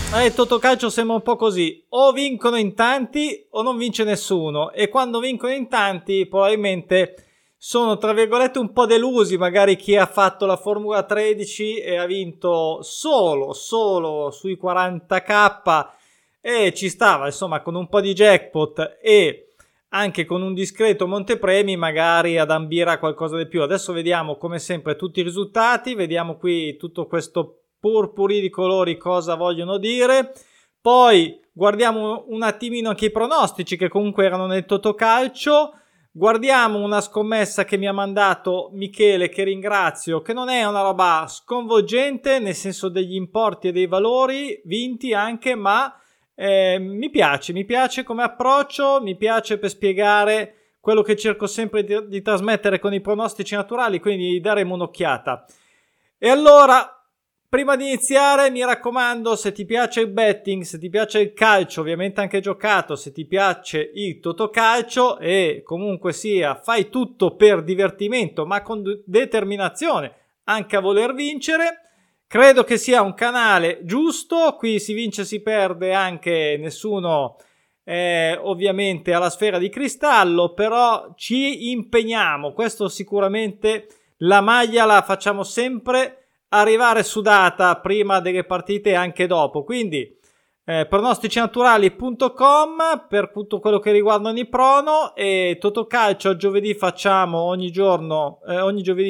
Totocalcio sembra un po' così: o vincono in tanti o non vince nessuno, e quando vincono in tanti probabilmente sono tra virgolette un po' delusi magari chi ha fatto la Formula 13 e ha vinto solo sui 40k, e ci stava insomma con un po' di jackpot e anche con un discreto montepremi magari ad ambire a qualcosa di più. Adesso vediamo come sempre tutti i risultati, vediamo qui tutto questo purpurì di colori cosa vogliono dire, poi guardiamo un attimino anche i pronostici che comunque erano nel Totocalcio, guardiamo una scommessa che mi ha mandato Michele, che ringrazio, che non è una roba sconvolgente nel senso degli importi e dei valori vinti anche, ma mi piace come approccio, mi piace per spiegare quello che cerco sempre di trasmettere con i pronostici naturali, quindi daremo un'occhiata. E allora, prima di iniziare, mi raccomando, se ti piace il betting, se ti piace il calcio, ovviamente anche giocato, se ti piace il Totocalcio e comunque sia fai tutto per divertimento ma con determinazione anche a voler vincere, credo che sia un canale giusto. Qui si vince, si perde, anche nessuno ovviamente ha la sfera di cristallo, però ci impegniamo, questo sicuramente. La maglia la facciamo sempre arrivare sudata prima delle partite e anche dopo, quindi pronosticinaturali.com per tutto quello che riguarda ogni prono, e Totocalcio giovedì facciamo ogni giovedì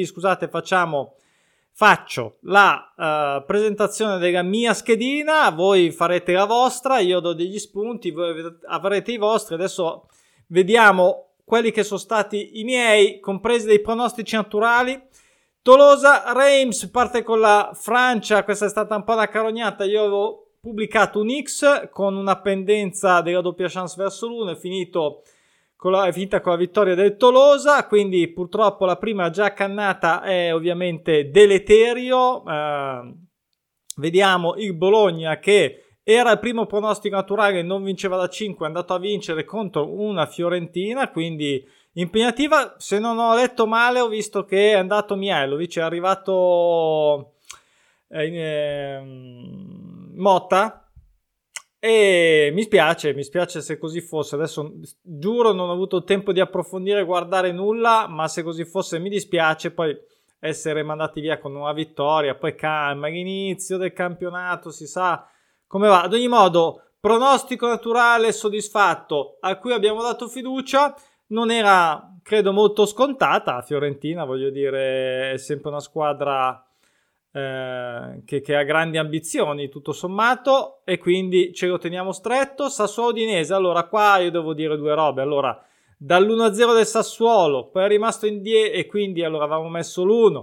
faccio la presentazione della mia schedina, voi farete la vostra, io do degli spunti, voi avrete i vostri. Adesso vediamo quelli che sono stati i miei, compresi dei pronostici naturali. Tolosa-Reims parte con la Francia, questa è stata un po' una carognata, io avevo pubblicato un X con una pendenza della doppia chance verso l'1, è finita con la vittoria del Tolosa, quindi purtroppo la prima già cannata è ovviamente deleterio. Vediamo il Bologna, che era il primo pronostico naturale, non vinceva da 5, è andato a vincere contro una Fiorentina, quindi impegnativa. Se non ho letto male, ho visto che è andato Mihajlovic, è arrivato Motta, e mi spiace se così fosse. Adesso giuro non ho avuto tempo di approfondire, guardare nulla, ma se così fosse mi dispiace. Poi essere mandati via con una vittoria, poi calma, l'inizio del campionato, si sa come va. Ad ogni modo, pronostico naturale soddisfatto, a cui abbiamo dato fiducia. Non era, credo, molto scontata. La Fiorentina, voglio dire, è sempre una squadra che ha grandi ambizioni tutto sommato, e quindi ce lo teniamo stretto. Sassuolo-Udinese, allora qua io devo dire due robe. Allora, dall'1-0 del Sassuolo, poi è rimasto in 10 e quindi allora avevamo messo l'1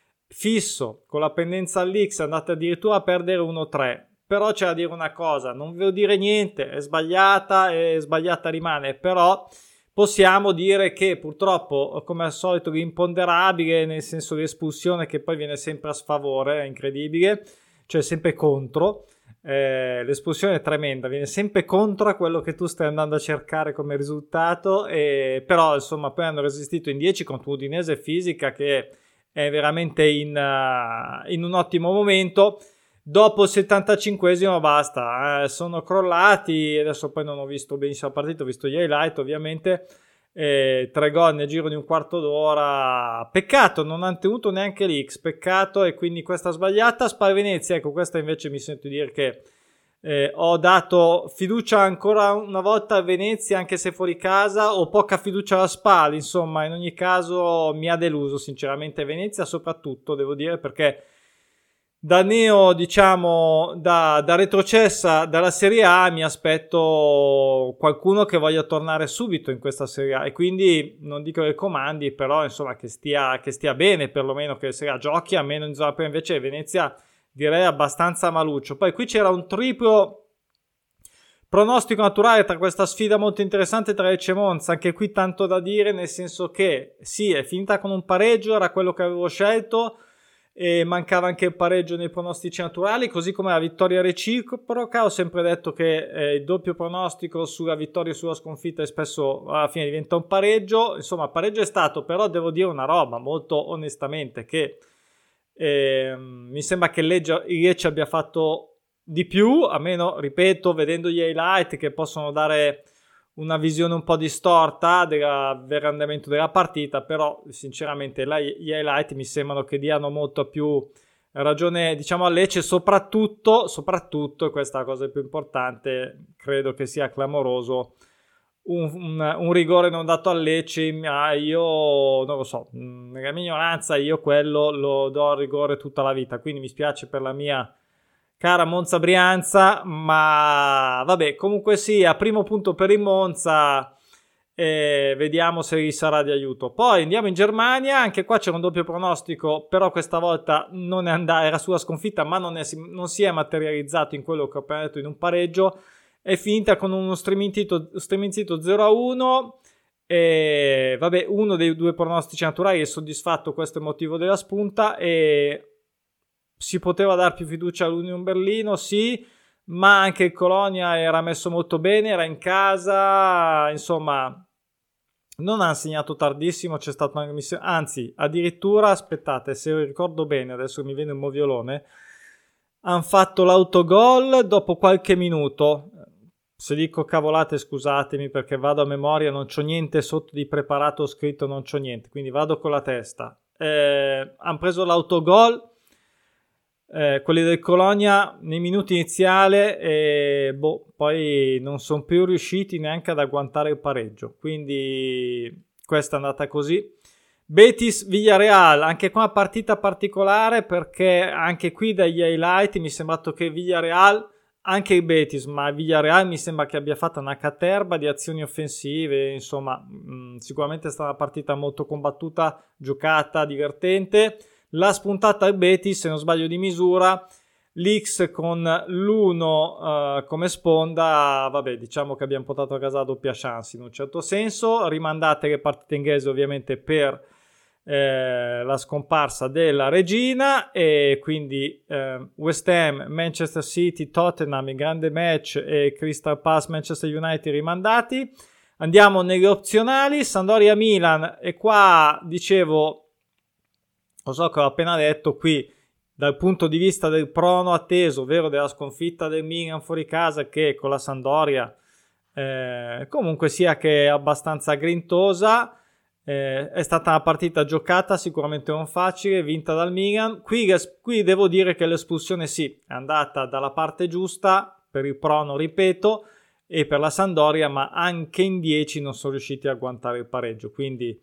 fisso con la pendenza all'X, andate addirittura a perdere 1-3. Però c'è da dire una cosa, non ve lo dire niente, è sbagliata e sbagliata rimane, però possiamo dire che purtroppo, come al solito, l'imponderabile, nel senso di espulsione che poi viene sempre a sfavore, è incredibile, cioè sempre contro, l'espulsione è tremenda, viene sempre contro a quello che tu stai andando a cercare come risultato, però insomma poi hanno resistito in 10 contro Udinese Fisica, che è veramente in un ottimo momento. Dopo il 75esimo basta, sono crollati. Adesso poi non ho visto benissimo la partita, ho visto gli highlight ovviamente. 3 gol nel giro di un quarto d'ora, peccato non hanno tenuto neanche l'X, peccato, e quindi questa sbagliata. Spal Venezia, ecco, questa invece mi sento di dire che ho dato fiducia ancora una volta a Venezia, anche se fuori casa, ho poca fiducia alla Spal, insomma in ogni caso mi ha deluso sinceramente Venezia, soprattutto devo dire, perché da diciamo da retrocessa dalla Serie A mi aspetto qualcuno che voglia tornare subito in questa Serie A, e quindi non dico che comandi, però insomma che stia bene, perlomeno che Serie A giochi, a meno in zona prima. Invece Venezia direi abbastanza maluccio. Poi qui c'era un triplo pronostico naturale tra questa sfida molto interessante tra Lecce e Monza, anche qui tanto da dire, nel senso che sì, è finita con un pareggio, era quello che avevo scelto, e mancava anche il pareggio nei pronostici naturali, così come la vittoria reciproca. Ho sempre detto che il doppio pronostico sulla vittoria e sulla sconfitta spesso alla fine diventa un pareggio. Insomma, pareggio è stato, però devo dire una roba molto onestamente, che mi sembra che il Lecce abbia fatto di più, a meno, ripeto, vedendo gli highlight che possono dare una visione un po' distorta del vero andamento della partita, però sinceramente gli highlight mi sembrano che diano molto più ragione, diciamo, a Lecce, soprattutto, e questa è la cosa più importante, credo che sia clamoroso, un rigore non dato a Lecce. Io non lo so, nella mia ignoranza io quello lo do a rigore tutta la vita, quindi mi spiace per la mia cara Monza Brianza, ma vabbè, comunque sia, primo punto per il Monza, vediamo se gli sarà di aiuto. Poi andiamo in Germania, anche qua c'era un doppio pronostico, però questa volta non è era sulla sconfitta, ma non si è materializzato in quello che ho appena detto, in un pareggio. È finita con uno striminzito 0-1. E vabbè, uno dei due pronostici naturali è soddisfatto, questo è il motivo della spunta. E si poteva dar più fiducia all'Union Berlino, sì, ma anche il Colonia era messo molto bene, era in casa, insomma non ha segnato tardissimo, c'è stato una missione, anzi addirittura, aspettate, se ricordo bene, adesso mi viene un moviolone, hanno fatto l'autogol dopo qualche minuto. Se dico cavolate scusatemi, perché vado a memoria, non c'ho niente sotto di preparato scritto, non c'ho niente, quindi vado con la testa. Hanno preso l'autogol, quelli del Colonia nei minuti iniziali, e poi non sono più riusciti neanche ad agguantare il pareggio, quindi questa è andata così. Betis Villarreal, anche qua una partita particolare, perché anche qui dagli highlight mi è sembrato che Villarreal, anche il Betis, ma Villarreal mi sembra che abbia fatto una caterba di azioni offensive, insomma sicuramente è stata una partita molto combattuta, giocata, divertente. La spuntata al Betis, se non sbaglio di misura, l'X con l'1 come sponda, vabbè, diciamo che abbiamo portato a casa la doppia chance in un certo senso. Rimandate le partite inglesi ovviamente per la scomparsa della regina, e quindi West Ham, Manchester City, Tottenham, il grande match, e Crystal Palace, Manchester United rimandati. Andiamo nelle opzionali, Sampdoria Milan, e qua dicevo, lo so che ho appena detto, qui dal punto di vista del prono atteso, ovvero della sconfitta del Milan fuori casa, che con la Sampdoria comunque sia che è abbastanza grintosa, è stata una partita giocata, sicuramente non facile, vinta dal Milan. Qui devo dire che l'espulsione sì, è andata dalla parte giusta per il prono, ripeto, e per la Sampdoria, ma anche in 10 non sono riusciti a agguantare il pareggio, quindi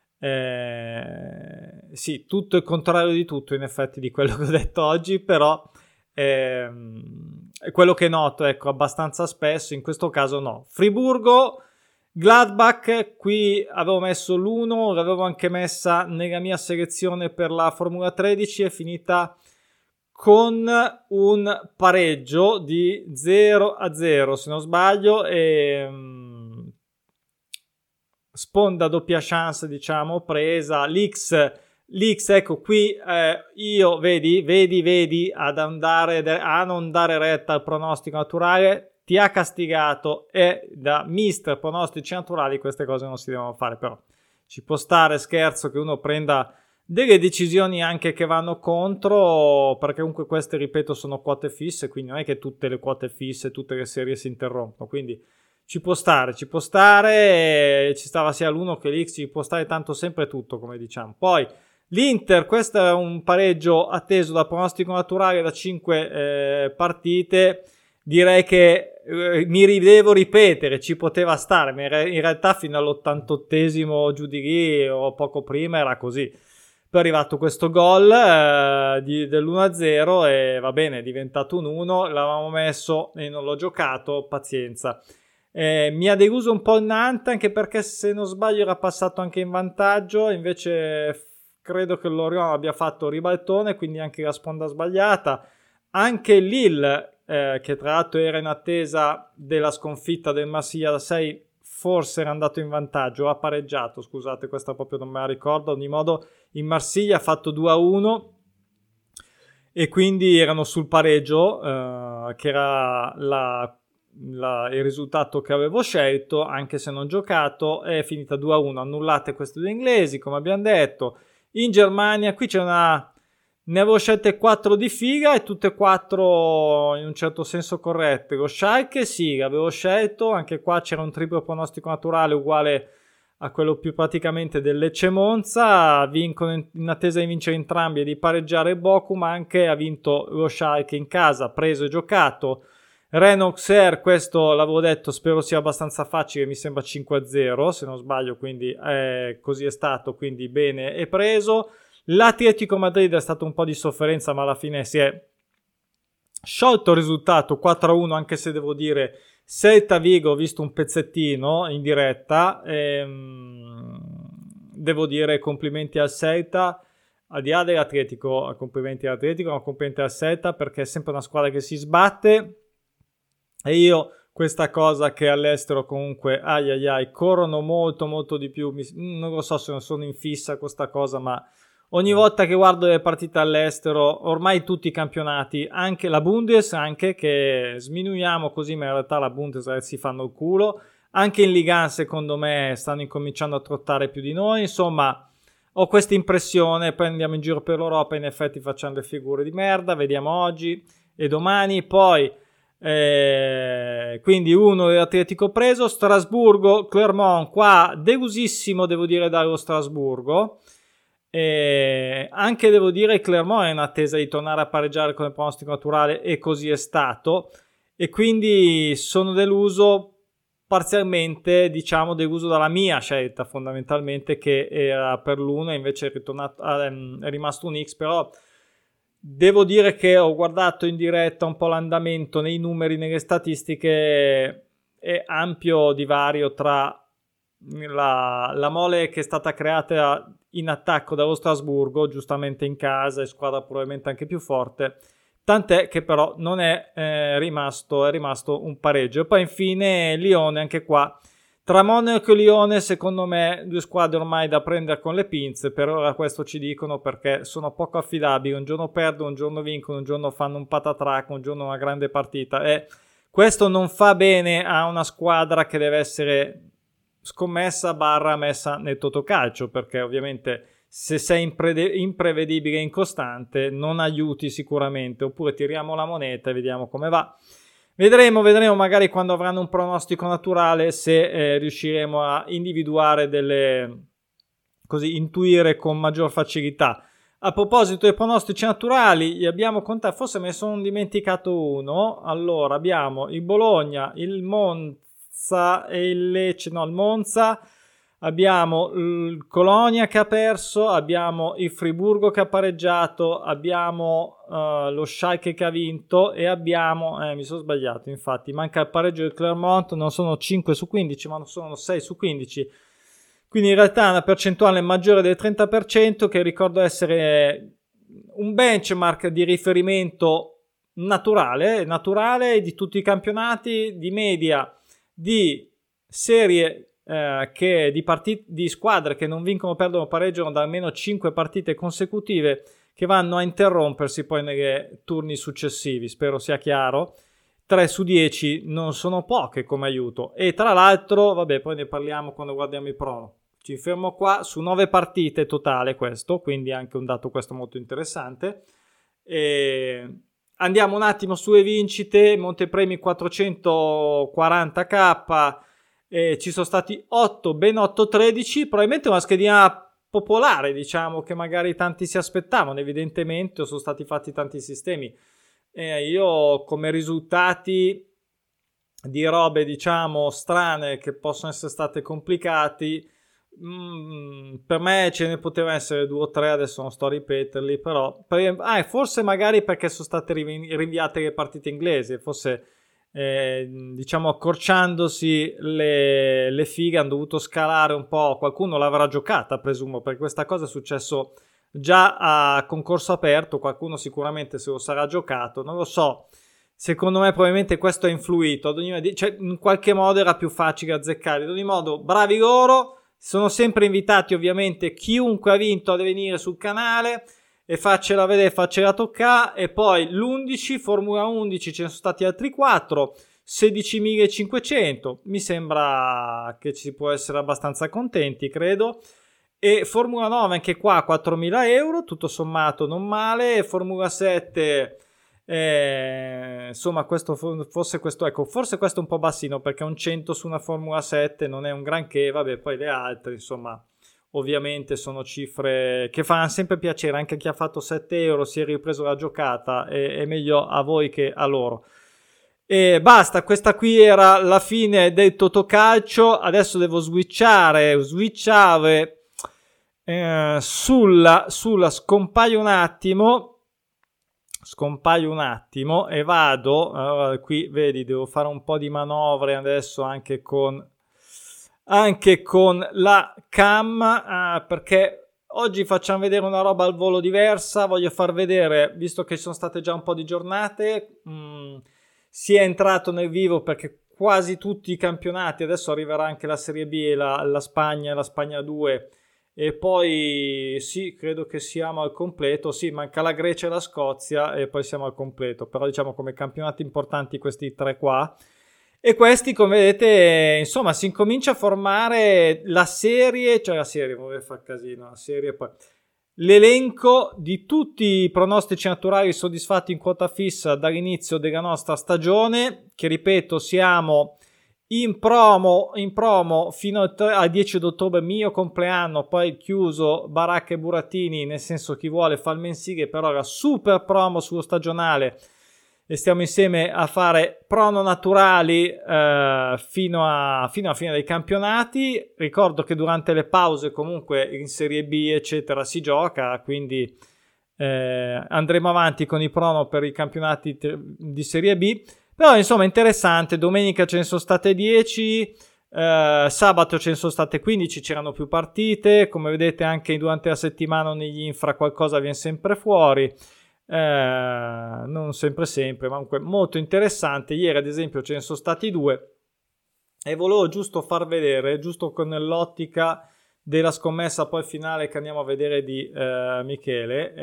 sì, tutto il contrario di tutto in effetti di quello che ho detto oggi, però è quello che noto, ecco, abbastanza spesso, in questo caso no. Friburgo Gladbach, qui avevo messo l'1, l'avevo anche messa nella mia selezione per la Formula 13, è finita con un pareggio di 0-0 se non sbaglio, e sponda doppia chance, diciamo, presa. L'X, ecco qui, io vedi a non dare retta al pronostico naturale, ti ha castigato, e da mister pronostici naturali queste cose non si devono fare, però ci può stare, scherzo, che uno prenda delle decisioni anche che vanno contro, perché comunque queste, ripeto, sono quote fisse, quindi non è che tutte le quote fisse, tutte le serie si interrompono, quindi ci può stare, ci stava sia l'1 che l'X, ci può stare tanto sempre tutto, come diciamo. Poi l'Inter, questo è un pareggio atteso da pronostico naturale da 5 partite, direi che mi devo ripetere, ci poteva stare, ma in realtà fino all'88esimo giù di lì o poco prima era così. Poi è arrivato questo gol dell'1-0 e va bene, è diventato un 1, l'avevamo messo e non l'ho giocato, pazienza. Mi ha deluso un po' il Nantes, anche perché se non sbaglio era passato anche in vantaggio, invece credo che l'Orient abbia fatto ribaltone, quindi anche la sponda sbagliata. Anche Lille, che tra l'altro era in attesa della sconfitta del Marsiglia da 6, forse era andato in vantaggio, ha pareggiato, scusate, questa proprio non me la ricordo. Ad ogni modo il Marsiglia ha fatto 2-1 e quindi erano sul pareggio, che era il risultato che avevo scelto, anche se non giocato. È finita 2-1, annullate queste due inglesi, come abbiamo detto. In Germania qui c'è una Ne avevo scelte 4 di figa e tutte e 4 in un certo senso corrette. Lo Schalke sì, l'avevo scelto, anche qua c'era un triplo pronostico naturale uguale a quello più praticamente del Lecce Monza, vincono in attesa di vincere entrambi e di pareggiare Bochum, anche ha vinto lo Schalke in casa, preso e giocato. Rennes-Auxerre, questo l'avevo detto, spero sia abbastanza facile, mi sembra 5-0 se non sbaglio, quindi così è stato, quindi bene, è preso. L'Atletico Madrid è stato un po' di sofferenza, ma alla fine si è sciolto il risultato 4-1, anche se devo dire Celta Vigo, ho visto un pezzettino in diretta, devo dire complimenti al Celta, al di là dell'Atletico, complimenti all'Atletico, ma complimenti al Celta perché è sempre una squadra che si sbatte e io questa cosa che all'estero comunque corrono molto di più, non lo so se sono in fissa questa cosa, ma ogni volta che guardo le partite all'estero, ormai tutti i campionati, anche la Bundes, anche che sminuiamo così, ma in realtà la Bundes si fanno il culo, anche in Ligue 1 secondo me stanno incominciando a trottare più di noi, insomma ho questa impressione, poi andiamo in giro per l'Europa, in effetti facciamo le figure di merda, vediamo oggi e domani, poi quindi uno dell'Atletico preso, Strasburgo, Clermont, qua delusissimo devo dire dallo Strasburgo. Anche devo dire Clermont è in attesa di tornare a pareggiare con il pronostico naturale e così è stato, e quindi sono deluso parzialmente, diciamo deluso dalla mia scelta fondamentalmente, che era per l'1 e invece è rimasto un X. Però devo dire che ho guardato in diretta un po' l'andamento nei numeri, nelle statistiche, è ampio divario tra la mole che è stata creata in attacco dallo Strasburgo, giustamente in casa, e squadra probabilmente anche più forte, tant'è che però non è rimasto un pareggio. E poi infine Lione, anche qua tra Monaco e Lione secondo me due squadre ormai da prendere con le pinze, per ora questo ci dicono, perché sono poco affidabili, un giorno perdono, un giorno vincono, un giorno fanno un patatrack, un giorno una grande partita, e questo non fa bene a una squadra che deve essere scommessa / messa nel totocalcio, perché ovviamente se sei imprevedibile e incostante non aiuti sicuramente. Oppure tiriamo la moneta e vediamo come va. Vedremo magari quando avranno un pronostico naturale se riusciremo a individuare intuire con maggior facilità. A proposito dei pronostici naturali, li abbiamo contato, forse me ne sono dimenticato uno. Allora abbiamo il Bologna, il Monza e il Lecce, no, il Monza, abbiamo il Colonia che ha perso, abbiamo il Friburgo che ha pareggiato, abbiamo lo Schalke che ha vinto, e abbiamo, mi sono sbagliato, infatti manca il pareggio del Clermont, non sono 5 su 15 ma sono 6 su 15, quindi in realtà una percentuale maggiore del 30%, che ricordo essere un benchmark di riferimento naturale di tutti i campionati, di media di serie di squadre che non vincono, perdono, pareggiano da almeno 5 partite consecutive, che vanno a interrompersi poi nei turni successivi. Spero sia chiaro. 3 su 10 non sono poche come aiuto, e tra l'altro vabbè, poi ne parliamo quando guardiamo i prono. Ci fermo qua, su 9 partite totale questo, quindi anche un dato questo molto interessante. Andiamo un attimo sulle vincite. Montepremi 440k, ci sono stati 8-13, probabilmente una schedina popolare, diciamo, che magari tanti si aspettavano, evidentemente sono stati fatti tanti sistemi. Io come risultati di robe, diciamo, strane che possono essere state complicati, per me ce ne poteva essere 2 o 3, adesso non sto a ripeterli, però forse magari perché sono state rinviate le partite inglesi, forse diciamo accorciandosi le fighe hanno dovuto scalare un po'. Qualcuno l'avrà giocata, presumo, perché questa cosa è successo già a concorso aperto, qualcuno sicuramente se lo sarà giocato, non lo so. Secondo me probabilmente questo ha influito, cioè in qualche modo era più facile azzeccare. Ad ogni modo, bravi loro, sono sempre invitati ovviamente chiunque ha vinto a venire sul canale e faccela vedere, faccela toccare. E poi l'11, Formula 11, ce ne sono stati altri 4, 16.500, mi sembra che ci si può essere abbastanza contenti, credo. E Formula 9 anche qua 4.000 euro, tutto sommato non male. Formula 7, insomma, forse questo è un po' bassino, perché un 100 su una Formula 7 non è un granché. Vabbè, poi le altre, insomma, ovviamente sono cifre che fanno sempre piacere. Anche chi ha fatto 7 euro si è ripreso la giocata, è meglio a voi che a loro. E basta, questa qui era la fine del Totocalcio. Adesso devo switchare sulla scompaio un attimo e vado. Allora, qui vedi, devo fare un po' di manovre adesso anche con la cam, perché oggi facciamo vedere una roba al volo diversa. Voglio far vedere, visto che ci sono state già un po' di giornate, si è entrato nel vivo perché quasi tutti i campionati, adesso arriverà anche la Serie B e la Spagna 2, e poi sì, credo che siamo al completo. Sì, manca la Grecia e la Scozia e poi siamo al completo, però diciamo come campionati importanti questi tre qua. E questi, come vedete, insomma, si incomincia a formare la serie, vorrei far casino, la serie poi l'elenco di tutti i pronostici naturali soddisfatti in quota fissa dall'inizio della nostra stagione, che ripeto siamo in promo fino al 10 d'ottobre, mio compleanno, poi chiuso baracche e burattini, nel senso chi vuole fa il mensile, però la super promo sullo stagionale, e stiamo insieme a fare prono naturali fino a fine dei campionati. Ricordo che durante le pause comunque in Serie B eccetera si gioca, quindi andremo avanti con i prono per i campionati di Serie B. Però insomma interessante, domenica ce ne sono state 10, sabato ce ne sono state 15, c'erano più partite, come vedete anche durante la settimana negli infra qualcosa viene sempre fuori. Non sempre, ma comunque molto interessante. Ieri ad esempio ce ne sono stati 2 e volevo giusto far vedere, giusto con l'ottica della scommessa poi finale che andiamo a vedere di Michele,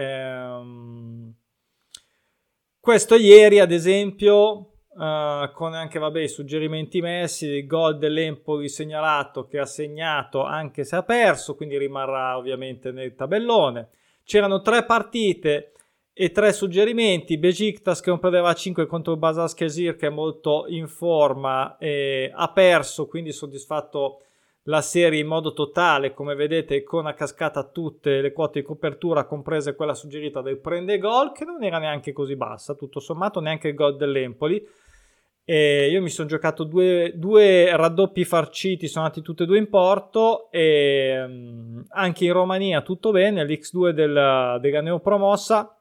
questo ieri ad esempio, con anche i suggerimenti messi, il gol dell'Empoli segnalato, che ha segnato anche se ha perso, quindi rimarrà ovviamente nel tabellone. C'erano 3 partite e 3 suggerimenti. Besiktas che non perdeva 5 contro il Basaksehir, che è molto in forma, e ha perso, quindi soddisfatto la serie in modo totale, come vedete, con a cascata tutte le quote di copertura, comprese quella suggerita del prende gol, che non era neanche così bassa, tutto sommato, neanche il gol dell'Empoli. E io mi sono giocato due raddoppi farciti, sono andati tutti e 2 in porto, e anche in Romania tutto bene, l'X2 della neopromossa,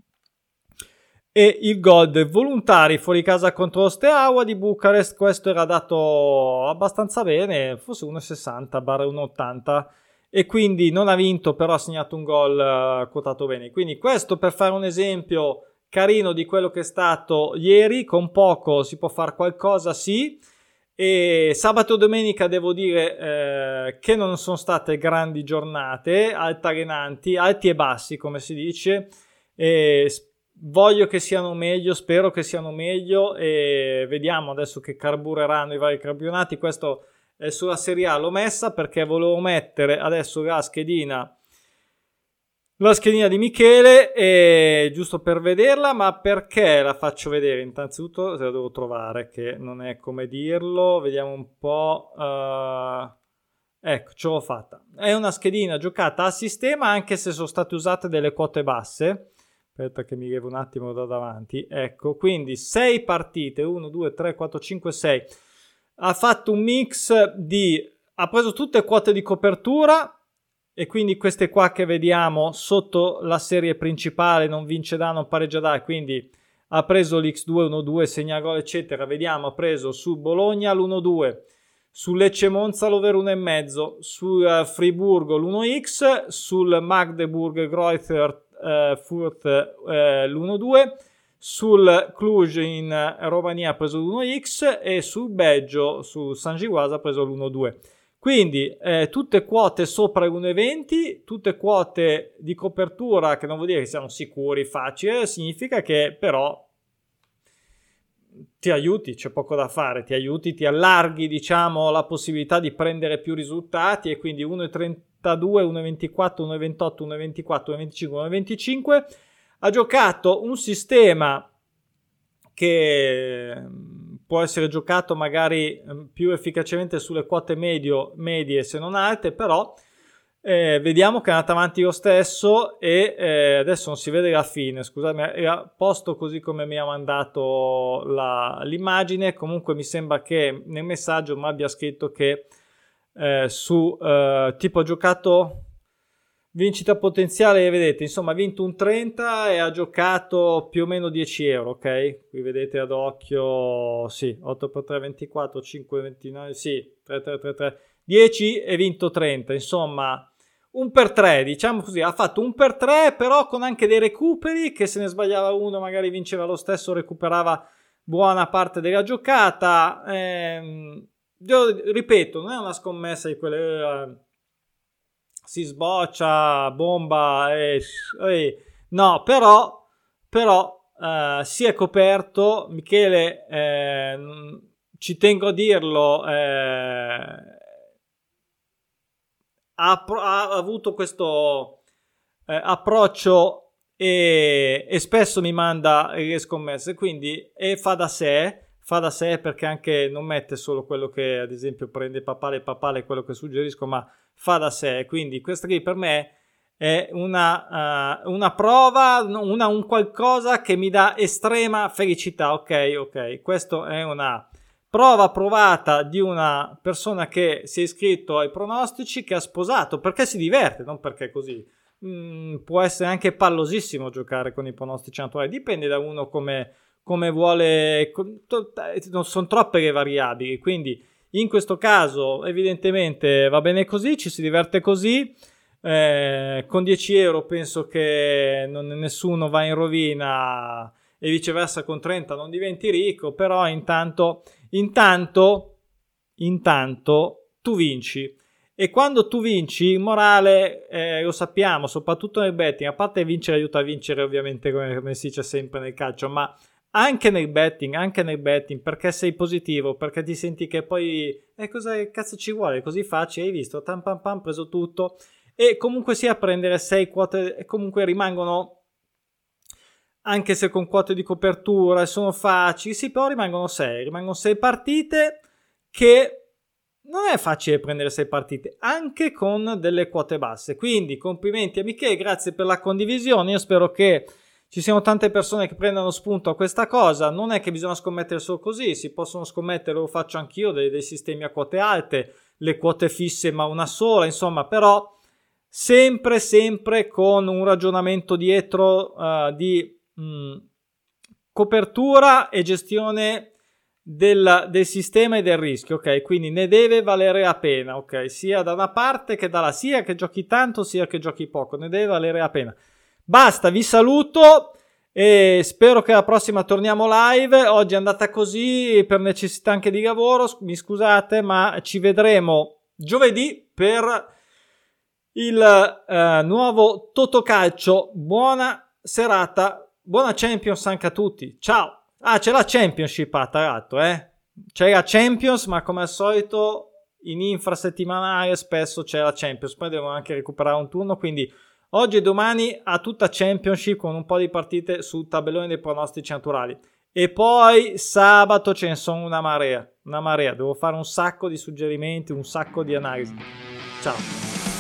e il gol dei volontari fuori casa contro lo Steaua di Bucarest. Questo era dato abbastanza bene, forse 1,60/1,80, e quindi non ha vinto, però ha segnato un gol quotato bene. Quindi questo per fare un esempio carino di quello che è stato ieri. Con poco si può fare qualcosa, sì. E sabato e domenica devo dire che non sono state grandi giornate, altalenanti, alti e bassi come si dice, e voglio che siano meglio, spero che siano meglio, e vediamo adesso che carbureranno i vari campionati. Questo è sulla Serie A, l'ho messa perché volevo mettere adesso la schedina di Michele, giusto per vederla. Ma perché la faccio vedere? Innanzitutto la devo trovare, che non è come dirlo, vediamo un po'. Ecco, ce l'ho fatta. È una schedina giocata a sistema, anche se sono state usate delle quote basse. Aspetta che mi levo un attimo da davanti. Ecco, quindi 6 partite, 1, 2, 3, 4, 5, 6. Ha fatto un mix ha preso tutte quote di copertura, e quindi queste qua che vediamo sotto la serie principale, non vince da, non pareggia da, quindi ha preso l'X2, 1-2, segna gol eccetera. Vediamo, ha preso su Bologna l'1-2, su Lecce Monza l'over 1,5, su Friburgo l'1x, sul Magdeburg Greuther Fürth l'1-2, sul Cluj in Romania ha preso l'1x, e sul Belgio, su San Giuase, ha preso l'1-2. Quindi tutte quote sopra l'1,20, tutte quote di copertura, che non vuol dire che siano sicuri, facile, significa che però ti aiuti, c'è poco da fare, ti allarghi diciamo la possibilità di prendere più risultati, e quindi 1,30 1,24, 1,28, 1,24, 1,25, 1,25. Ha giocato un sistema che può essere giocato magari più efficacemente sulle quote medie se non alte, però vediamo che è andata avanti lo stesso e adesso non si vede la fine, scusate, era posto così come mi ha mandato l'immagine. Comunque mi sembra che nel messaggio mi abbia scritto che tipo ha giocato vincita potenziale, vedete, insomma ha vinto un 30 e ha giocato più o meno 10 euro, ok? Qui vedete ad occhio, sì, 8 per 3, 24, 5, 29, sì, 3, 3, 3, 3, 10 e vinto 30, insomma un per 3, diciamo così, ha fatto un per 3 però con anche dei recuperi, che se ne sbagliava uno magari vinceva lo stesso, recuperava buona parte della giocata. Io ripeto, non è una scommessa di quelle si sboccia, bomba, no, però si è coperto. Michele, ci tengo a dirlo, ha avuto questo approccio e spesso mi manda le scommesse, quindi fa da sé perché anche non mette solo quello che ad esempio prende papale quello che suggerisco, ma fa da sé. Quindi questa qui per me è una prova, un qualcosa che mi dà estrema felicità. Ok, questo è una prova provata di una persona che si è iscritto ai pronostici, che ha sposato perché si diverte, non perché così. Può essere anche pallosissimo giocare con i pronostici naturali, dipende da uno come vuole, non sono troppe le variabili, quindi in questo caso evidentemente va bene così, ci si diverte così. Con 10 euro penso che nessuno va in rovina e viceversa con 30 non diventi ricco, però intanto tu vinci, e quando tu vinci il morale, lo sappiamo, soprattutto nel betting, a parte vincere aiuta a vincere ovviamente come si dice sempre nel calcio, ma anche nel betting, perché sei positivo, perché ti senti che poi cosa cazzo ci vuole, così facile, hai visto, tam pam pam, preso tutto, e comunque sia prendere 6 quote, e comunque rimangono, anche se con quote di copertura sono facili, sì, però rimangono 6 partite, che non è facile prendere 6 partite anche con delle quote basse. Quindi complimenti a Michele, grazie per la condivisione. Io spero che ci siano tante persone che prendano spunto a questa cosa. Non è che bisogna scommettere solo così, si possono scommettere, lo faccio anch'io, dei sistemi a quote alte, le quote fisse ma una sola, insomma, però sempre con un ragionamento dietro di copertura e gestione del sistema e del rischio, ok? Quindi ne deve valere la pena, ok? Sia da una parte che dalla, sia che giochi tanto sia che giochi poco, ne deve valere la pena. Basta, vi saluto e spero che la prossima torniamo live. Oggi è andata così per necessità anche di lavoro, mi scusate, ma ci vedremo giovedì per il nuovo Totocalcio. Buona serata, buona Champions anche a tutti, ciao! C'è la Championship, tra l'altro, c'è la Champions, ma come al solito in infrasettimanale spesso c'è la Champions, poi devo anche recuperare un turno, quindi oggi e domani a tutta Championship con un po' di partite sul tabellone dei pronostici naturali, e poi sabato ce ne sono una marea, devo fare un sacco di suggerimenti, un sacco di analisi. Ciao!